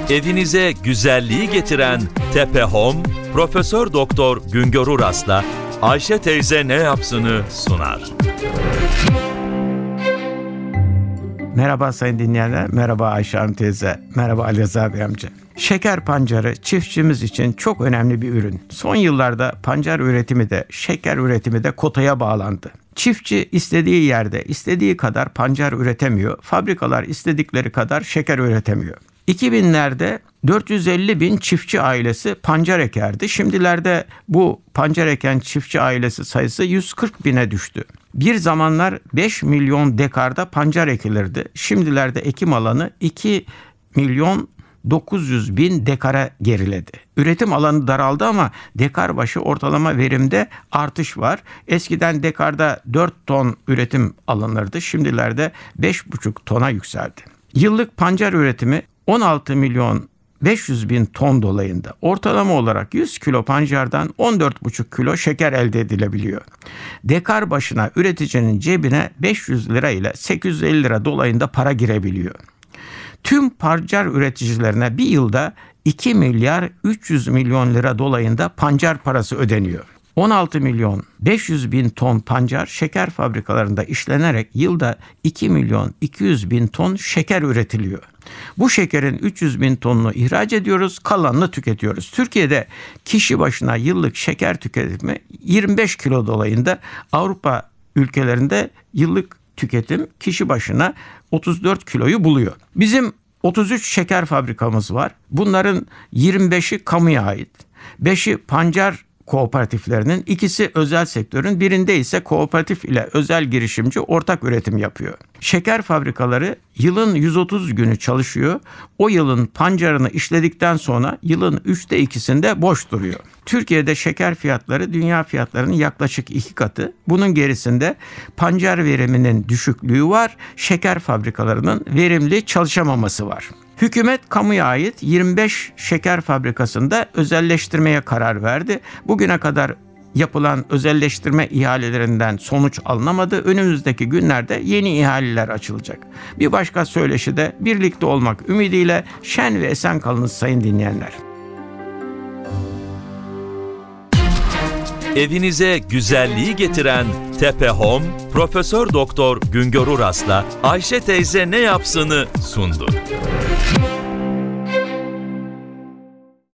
Evinize güzelliği getiren Tepe Home, Profesör Doktor Güngör Uras'la Ayşe teyze ne yapsını sunar. Merhaba sayın dinleyenler, merhaba Ayşe Hanım teyze, merhaba Ali Rıza Bey amca. Şeker pancarı çiftçimiz için çok önemli bir ürün. Son yıllarda pancar üretimi de, şeker üretimi de kotaya bağlandı. Çiftçi istediği yerde, istediği kadar pancar üretemiyor. Fabrikalar istedikleri kadar şeker üretemiyor. 2000'lerde 450 bin çiftçi ailesi pancar ekerdi. Şimdilerde bu pancar eken çiftçi ailesi sayısı 140 bine düştü. Bir zamanlar 5 milyon dekarda pancar ekilirdi. Şimdilerde ekim alanı 2 milyon 900 bin dekara geriledi. Üretim alanı daraldı ama dekar başı ortalama verimde artış var. Eskiden dekarda 4 ton üretim alınırdı. Şimdilerde 5,5 tona yükseldi. Yıllık pancar üretimi 16 milyon 500 bin ton dolayında. Ortalama olarak 100 kilo pancardan 14,5 kilo şeker elde edilebiliyor. Dekar başına üreticinin cebine 500 lira ile 850 lira dolayında para girebiliyor. Tüm pancar üreticilerine bir yılda 2 milyar 300 milyon lira dolayında pancar parası ödeniyor. 16 milyon 500 bin ton pancar şeker fabrikalarında işlenerek yılda 2 milyon 200 bin ton şeker üretiliyor. Bu şekerin 300 bin tonunu ihraç ediyoruz, kalanını tüketiyoruz. Türkiye'de kişi başına yıllık şeker tüketimi 25 kilo dolayında. Avrupa ülkelerinde yıllık tüketim kişi başına 34 kiloyu buluyor. Bizim 33 şeker fabrikamız var. Bunların 25'i kamuya ait. 5'i pancar kooperatiflerinin, ikisi özel sektörün, birinde ise kooperatif ile özel girişimci ortak üretim yapıyor. Şeker fabrikaları yılın 130 günü çalışıyor. O yılın pancarını işledikten sonra yılın 3'te 2'sinde boş duruyor. Türkiye'de şeker fiyatları dünya fiyatlarının yaklaşık 2 katı. Bunun gerisinde pancar veriminin düşüklüğü var. Şeker fabrikalarının verimli çalışamaması var. Hükümet kamuya ait 25 şeker fabrikasında özelleştirmeye karar verdi. Bugüne kadar yapılan özelleştirme ihalelerinden sonuç alınamadı. Önümüzdeki günlerde yeni ihaleler açılacak. Bir başka söyleşi de birlikte olmak ümidiyle şen ve esen kalınız sayın dinleyenler. Evinize güzelliği getiren Tepe Home, Profesör Doktor Güngör Uras'la Ayşe teyze ne yapsını sundu.